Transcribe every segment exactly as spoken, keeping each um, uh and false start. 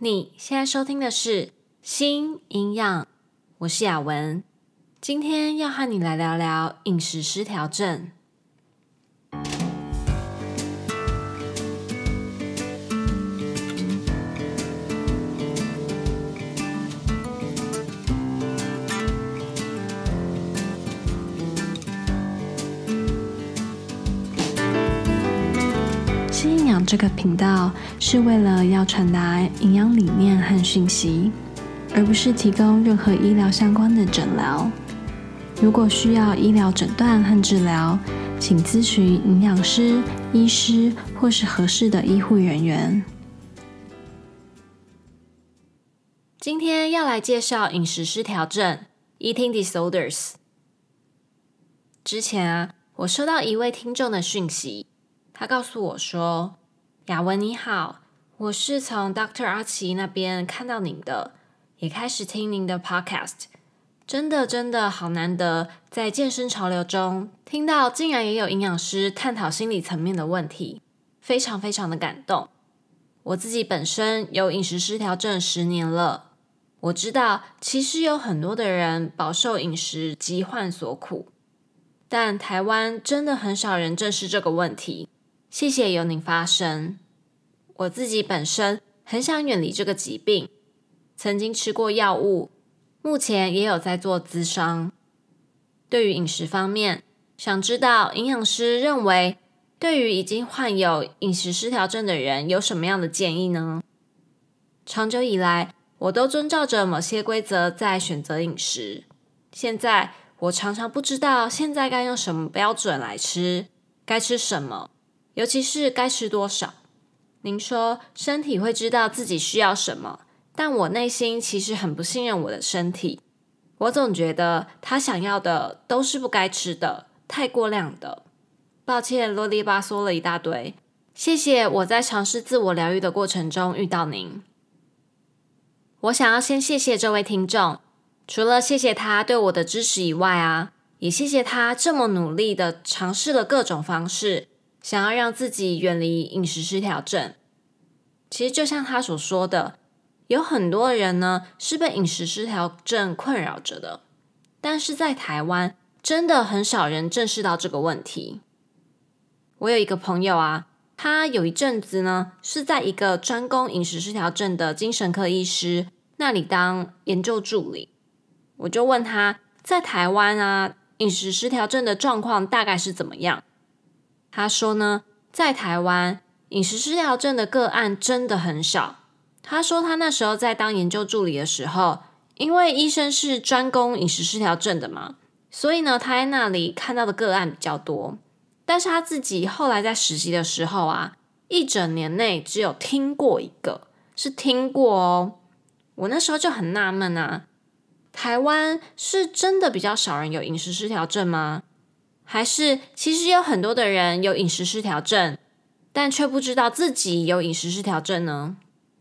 你现在收听的是新营养，我是雅文，今天要和你来聊聊饮食失调症。新营养这个频道是为了要传达营养理念和讯息，而不是提供任何医疗相关的诊疗。如果需要医疗诊断和治疗，请咨询营养师、医师或是合适的医护人员。今天要来介绍饮食失调症 （Eating Disorders）。之前啊，我收到一位听众的讯息，他告诉我说：“雅文你好，我是从 Doctor 阿奇那边看到您的，也开始听您的 Podcast。真的真的好难得，在健身潮流中听到竟然也有营养师探讨心理层面的问题，非常非常的感动。我自己本身有饮食失调症十年了，我知道其实有很多的人饱受饮食疾患所苦，但台湾真的很少人正视这个问题。谢谢有您发声。我自己本身很想远离这个疾病，曾经吃过药物，目前也有在做咨商。对于饮食方面，想知道营养师认为对于已经患有饮食失调症的人有什么样的建议呢？长久以来，我都遵照着某些规则在选择饮食。现在我常常不知道现在该用什么标准来吃，该吃什么，尤其是该吃多少。您说身体会知道自己需要什么，但我内心其实很不信任我的身体。我总觉得他想要的都是不该吃的，太过量的。抱歉，啰里吧嗦了一大堆。谢谢我在尝试自我疗愈的过程中遇到您。我想要先谢谢这位听众，除了谢谢他对我的支持以外啊，也谢谢他这么努力的尝试了各种方式，想要让自己远离饮食失调症。其实就像他所说的，有很多人呢是被饮食失调症困扰着的，但是在台湾真的很少人正视到这个问题。我有一个朋友啊，他有一阵子呢是在一个专攻饮食失调症的精神科医师那里当研究助理。我就问他，在台湾啊，饮食失调症的状况大概是怎么样？他说呢，在台湾饮食失调症的个案真的很少。他说他那时候在当研究助理的时候，因为医生是专攻饮食失调症的嘛，所以呢他在那里看到的个案比较多。但是他自己后来在实习的时候啊，一整年内只有听过一个，是听过哦。我那时候就很纳闷啊，台湾是真的比较少人有饮食失调症吗？还是其实有很多的人有饮食失调症，但却不知道自己有饮食失调症呢？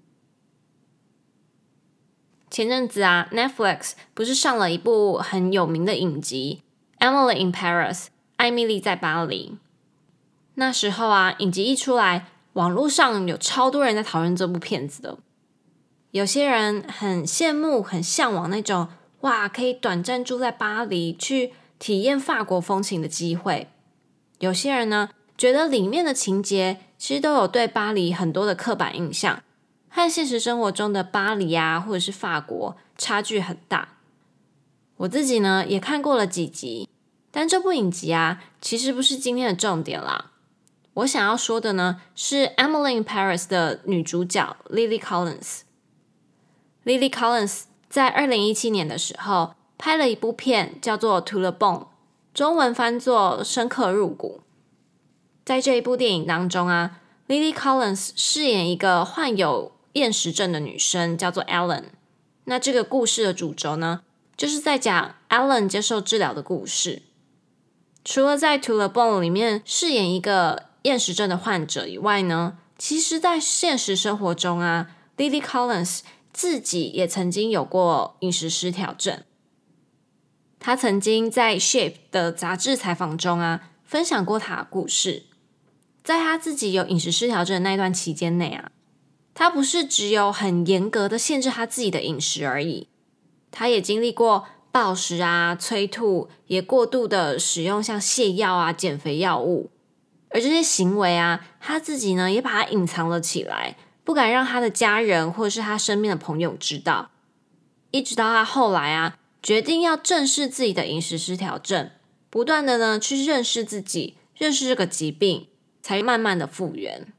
前阵子啊 Netflix 不是上了一部很有名的影集 Emily in Paris 艾蜜莉在巴黎。那时候啊，影集一出来，网络上有超多人在讨论这部片子的。有些人很羡慕很向往那种哇可以短暂住在巴黎去体验法国风情的机会。有些人呢觉得里面的情节其实都有对巴黎很多的刻板印象，和现实生活中的巴黎啊或者是法国差距很大。我自己呢也看过了几集，但这部影集啊其实不是今天的重点啦。我想要说的呢是 Emily in Paris 的女主角 Lily Collins。Lily Collins 在二零一七年的时候拍了一部片叫做 To the Bone， 中文翻作深刻入骨。在这一部电影当中啊， Lily Collins 饰演一个患有厌食症的女生，叫做 Ellen。 那这个故事的主轴呢，就是在讲 Ellen 接受治疗的故事。除了在 To the Bone 里面饰演一个厌食症的患者以外呢，其实在现实生活中啊， Lily Collins 自己也曾经有过饮食失调症。她曾经在 Shape 的杂志采访中啊，分享过她的故事。在她自己有饮食失调症的那段期间内啊， 他不是只有很严格的限制他自己的饮食而已，他也经历过暴食啊、催吐，也过度的使用像泻药啊、减肥药物。而这些行为啊，他自己呢也把它隐藏了起来，不敢让他的家人或者是他身边的朋友知道。一直到他后来啊，决定要正视自己的饮食失调症，不断的呢去认识自己，认识这个疾病，才慢慢的复原。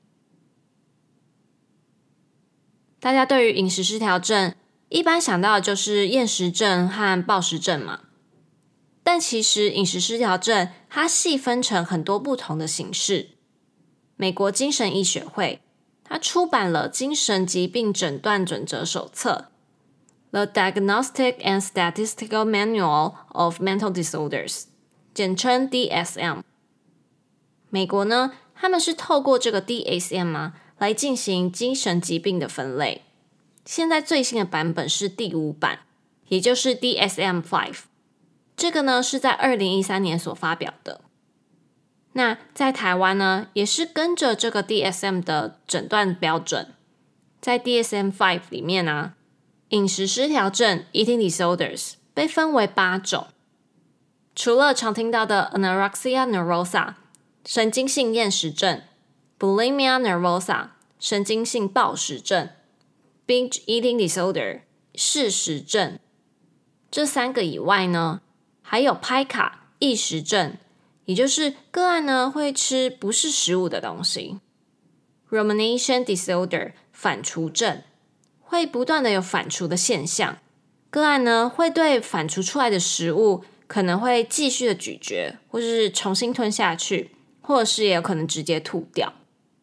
大家对于饮食失调症一般想到的就是厌食症和暴食症嘛，但其实饮食失调症它细分成很多不同的形式。美国精神医学会它出版了精神疾病诊断准则手册 The Diagnostic and Statistical Manual of Mental Disorders， 简称 D S M。 美国呢，他们是透过这个 D S M 啊来进行精神疾病的分类。现在最新的版本是第五版，也就是 D S M 五。 这个呢是在二零一三年所发表的。那在台湾呢，也是跟着这个 D S M 的诊断标准。在 D S M 五 里面啊，饮食失调症 Eating Disorders 被分为八种，除了常听到的 Anorexia Nervosa 神经性厌食症， Bulimia Nervosa 神经性暴食症， Binge Eating Disorder 嗜食症，这三个以外呢，还有 P I C A 异食症，也就是个案呢会吃不是食物的东西， Rumination Disorder 反刍症，会不断的有反刍的现象，个案呢会对反刍出来的食物可能会继续的咀嚼，或是重新吞下去，或者是也有可能直接吐掉。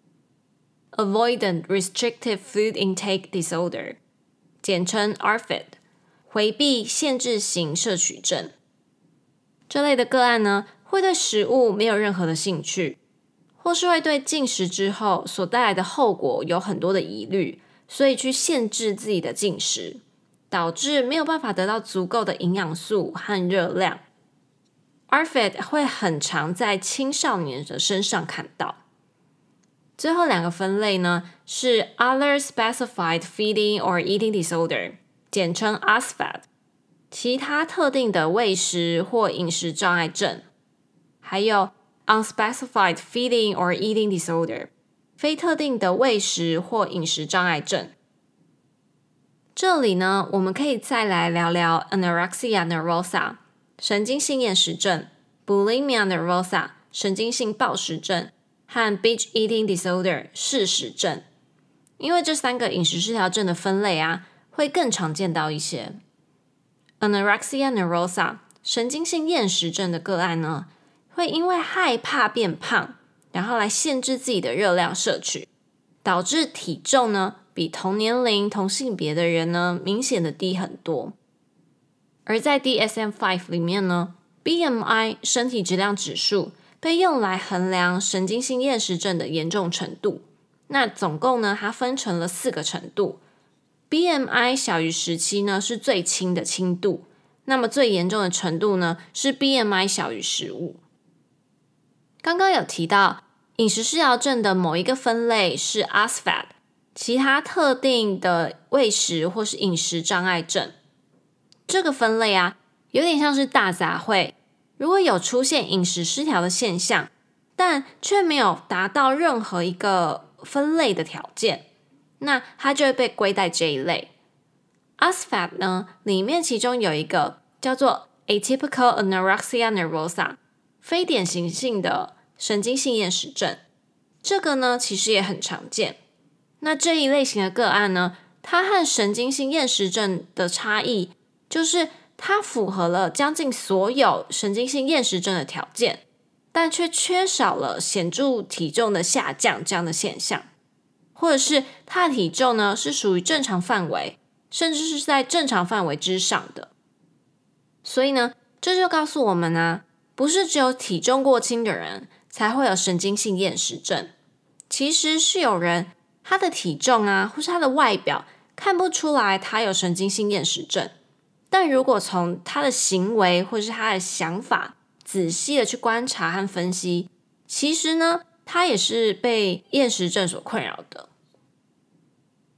Avoidant Restrictive Food Intake Disorder 简称 A R F I D， 回避限制型摄取症。这类的个案呢，会对食物没有任何的兴趣，或是会对进食之后所带来的后果有很多的疑虑，所以去限制自己的进食，导致没有办法得到足够的营养素和热量。A R F I D 会很常在青少年的身上看到。最后两个分类呢，是 Other Specified Feeding or Eating Disorder， 简称 O S F A D， 其他特定的胃食或饮食障碍症，还有 Unspecified Feeding or Eating Disorder， 非特定的胃食或饮食障碍症。这里呢，我们可以再来聊聊 Anorexia Nervosa 神经性厌食症， Bulimia Nervosa 神经性暴食症，和 Binge Eating Disorder 嗜食症。因为这三个饮食失调症的分类啊，会更常见到一些。Anorexia Nervosa 神经性厌食症的个案呢，会因为害怕变胖，然后来限制自己的热量摄取，导致体重呢比同年龄同性别的人呢明显的低很多。而在 D S M 五 里面呢， B M I 身体质量指数被用来衡量神经性厌食症的严重程度。那总共呢，它分成了四个程度。B M I 小于十七呢是最轻的轻度，那么最严重的程度呢是 B M I 小于十五。刚刚有提到饮食失调症的某一个分类是 O S F A D， 其他特定的胃食或是饮食障碍症。这个分类啊，有点像是大杂烩，如果有出现饮食失调的现象，但却没有达到任何一个分类的条件，那它就会被归在这一类。O S F A D 呢，里面其中有一个叫做 Atypical Anorexia Nervosa， 非典型性的神经性厌食症。这个呢，其实也很常见。那这一类型的个案呢，它和神经性厌食症的差异，就是它符合了将近所有神经性厌食症的条件，但却缺少了显著体重的下降这样的现象，或者是它的体重呢是属于正常范围，甚至是在正常范围之上的。所以呢，这就告诉我们啊，不是只有体重过轻的人才会有神经性厌食症，其实是有人他的体重啊，或是他的外表看不出来他有神经性厌食症，但如果从他的行为或是他的想法仔细的去观察和分析，其实呢，他也是被厌食症所困扰的。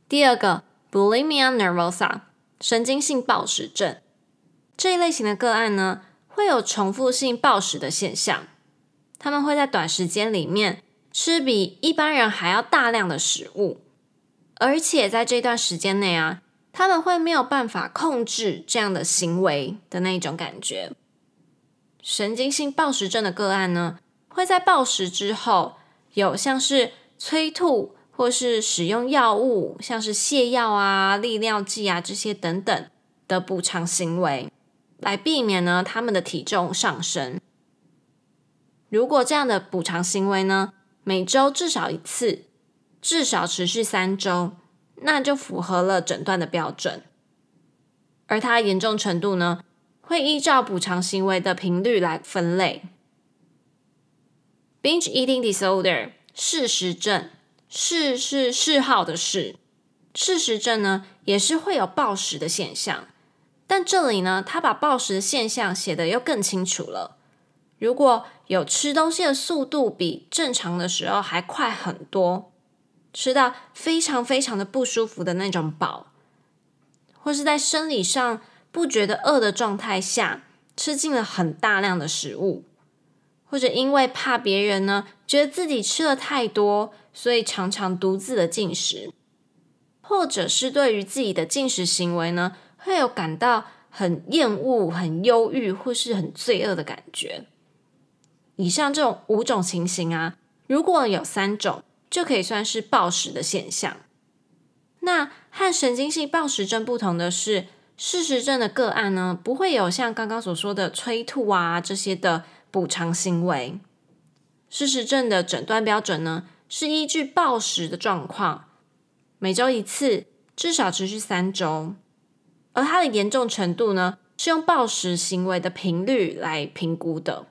第二个 bulimia nervosa 神经性暴食症，这一类型的个案呢，会有重复性暴食的现象，他们会在短时间里面吃比一般人还要大量的食物，而且在这段时间内啊，他们会没有办法控制这样的行为的那种感觉。神经性暴食症的个案呢，会在暴食之后有像是催吐或是使用药物，像是泻药啊、利尿剂啊这些等等的补偿行为，来避免呢他们的体重上升。如果这样的补偿行为呢，每周至少一次，至少持续三周，那就符合了诊断的标准。而它的严重程度呢，会依照补偿行为的频率来分类。Binge eating disorder 嗜食症，嗜是嗜好的嗜，嗜食症呢也是会有暴食的现象，但这里呢，他把暴食的现象写得又更清楚了。如果有吃东西的速度比正常的时候还快很多，吃到非常非常的不舒服的那种饱，或是在生理上不觉得饿的状态下吃进了很大量的食物，或者因为怕别人呢觉得自己吃了太多，所以常常独自的进食，或者是对于自己的进食行为呢会有感到很厌恶、很忧郁或是很罪恶的感觉。以上这种五种情形啊，如果有三种就可以算是暴食的现象。那和神经性暴食症不同的是，嗜食症的个案呢，不会有像刚刚所说的催吐啊这些的补偿行为。嗜食症的诊断标准呢，是依据暴食的状况，每周一次，至少持续三周。而它的严重程度呢，是用暴食行为的频率来评估的。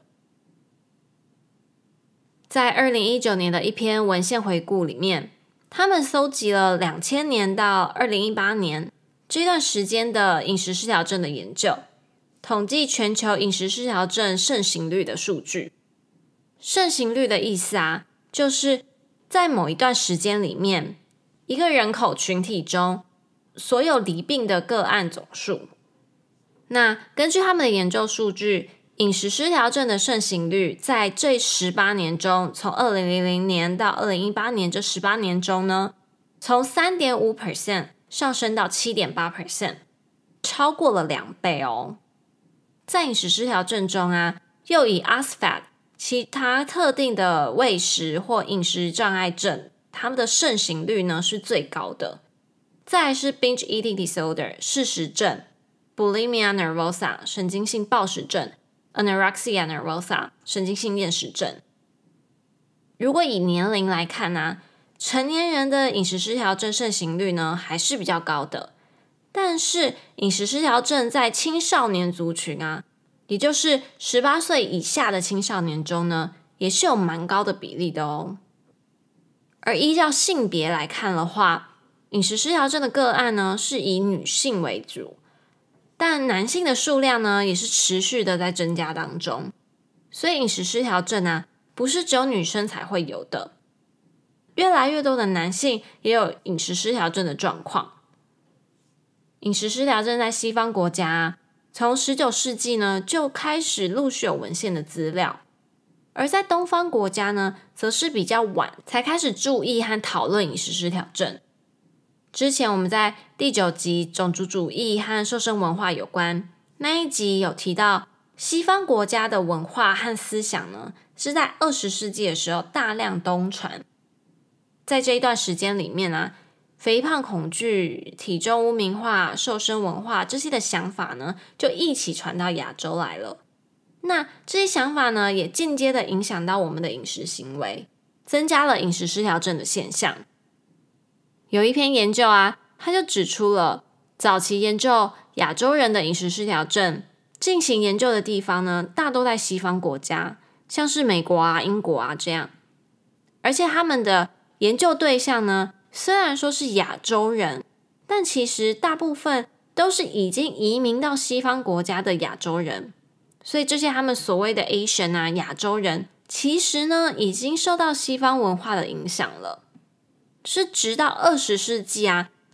在二零一九年的一篇文献回顾里面，他们搜集了两千年到二零一八年这段时间的饮食失调症的研究，统计全球饮食失调症盛行率的数据。盛行率的意思啊，就是在某一段时间里面，一个人口群体中所有罹病的个案总数。那根据他们的研究数据，饮食失调症的盛行率在这十八年中，从二零零零年到二零一八年这十八年中呢，从 百分之三点五 上升到 百分之七点八， 超过了两倍哦。在饮食失调症中啊，又以 A S F A T 其他特定的胃食或饮食障碍症，它们的盛行率呢是最高的。再来是 Binge eating disorder 嗜食症， Bulimia nervosa 神经性暴食症， Anorexia nervosa 神经性厌食症。如果以年龄来看呢、啊，成年人的饮食失调症盛行率呢还是比较高的，但是饮食失调症在青少年族群啊，也就是十八岁以下的青少年中呢，也是有蛮高的比例的哦。而依照性别来看的话，饮食失调症的个案呢是以女性为主，但男性的数量呢也是持续的在增加当中。所以饮食失调症啊，不是只有女生才会有的，越来越多的男性也有饮食失调症的状况。饮食失调症在西方国家啊，从十九世纪呢就开始陆续有文献的资料，而在东方国家呢，则是比较晚才开始注意和讨论饮食失调症。之前我们在第九集种族主义和瘦身文化有关那一集有提到，西方国家的文化和思想呢，是在二十世纪的时候大量东传。在这一段时间里面啊，肥胖恐惧、体重污名化、瘦身文化这些的想法呢，就一起传到亚洲来了。那这些想法呢，也间接的影响到我们的饮食行为，增加了饮食失调症的现象。有一篇研究啊，它就指出了早期研究亚洲人的饮食失调症进行研究的地方呢，大都在西方国家，像是美国啊、英国啊这样。而且他们的研究对象呢，虽然说是亚洲人，但其实大部分都是已经移民到西方国家的亚洲人。所以这些他们所谓的 Asian 啊，亚洲人，其实呢已经受到西方文化的影响了。是直到二十世纪啊，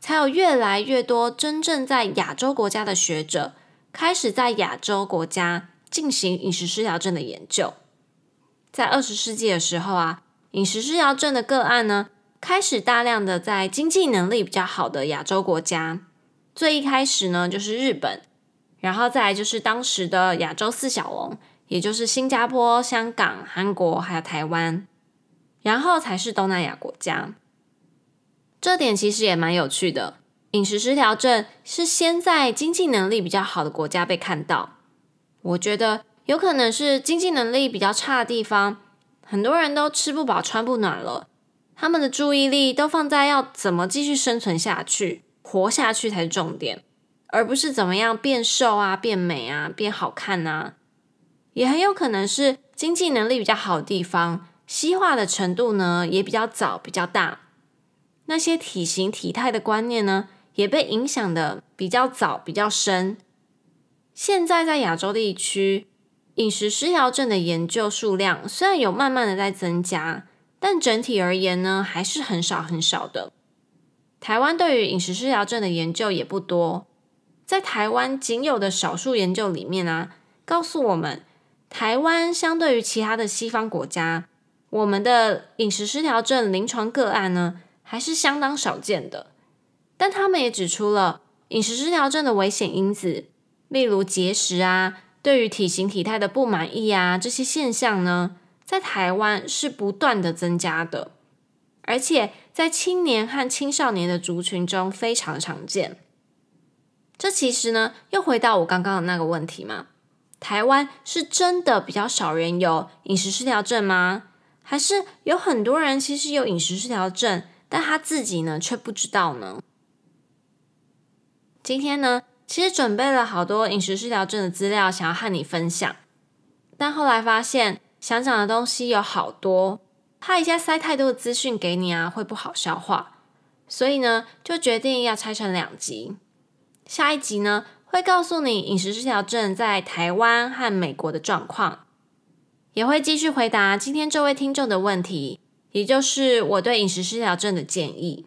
才有越来越多真正在亚洲国家的学者开始在亚洲国家进行饮食失调症的研究。在二十世纪的时候啊，饮食失调症的个案呢，开始大量的在经济能力比较好的亚洲国家。最一开始呢，就是日本，然后再来就是当时的亚洲四小龙，也就是新加坡、香港、韩国还有台湾，然后才是东南亚国家。这点其实也蛮有趣的，饮食失调症是先在经济能力比较好的国家被看到。我觉得有可能是经济能力比较差的地方，很多人都吃不饱穿不暖了，他们的注意力都放在要怎么继续生存下去，活下去才是重点，而不是怎么样变瘦啊、变美啊、变好看啊。也很有可能是经济能力比较好的地方，西化的程度呢也比较早、比较大。那些体型体态的观念呢，也被影响的比较早、比较深。现在在亚洲地区，饮食失调症的研究数量虽然有慢慢的在增加，但整体而言呢，还是很少很少的。台湾对于饮食失调症的研究也不多，在台湾仅有的少数研究里面啊，告诉我们，台湾相对于其他的西方国家，我们的饮食失调症临床个案呢，还是相当少见的。但他们也指出了饮食失调症的危险因子，例如节食啊，对于体型体态的不满意啊，这些现象呢，在台湾是不断的增加的，而且在青年和青少年的族群中非常常见。这其实呢，又回到我刚刚的那个问题嘛，台湾是真的比较少人有饮食失调症吗？还是有很多人其实有饮食失调症，但他自己呢却不知道呢？今天呢，其实准备了好多饮食失调症的资料想要和你分享，但后来发现想讲的东西有好多，怕一下塞太多的资讯给你啊，会不好消化，所以呢，就决定要拆成两集。下一集呢，会告诉你饮食失调症在台湾和美国的状况，也会继续回答今天这位听众的问题，也就是我对饮食失调症的建议。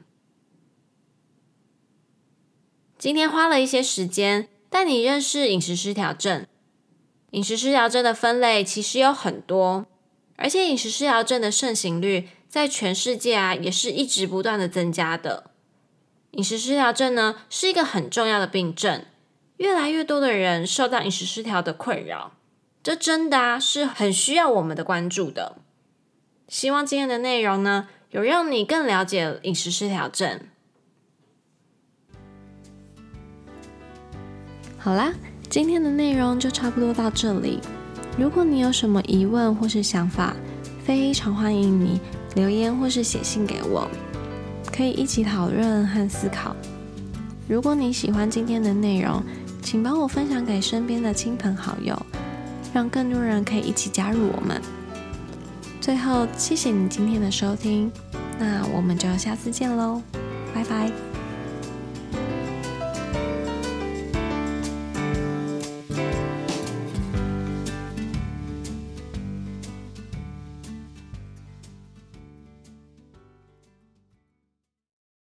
今天花了一些时间带你认识饮食失调症。饮食失调症的分类其实有很多，而且饮食失调症的盛行率在全世界啊也是一直不断的增加的。饮食失调症呢是一个很重要的病症，越来越多的人受到饮食失调的困扰，这真的啊是很需要我们的关注的。希望今天的内容呢有让你更了解饮食失调症。好啦，今天的内容就差不多到这里。如果你有什么疑问或是想法，非常欢迎你留言或是写信给我，可以一起讨论和思考。如果你喜欢今天的内容，请帮我分享给身边的亲朋好友，让更多人可以一起加入我们。最后，谢谢你今天的收听，那我们就下次见喽，拜拜。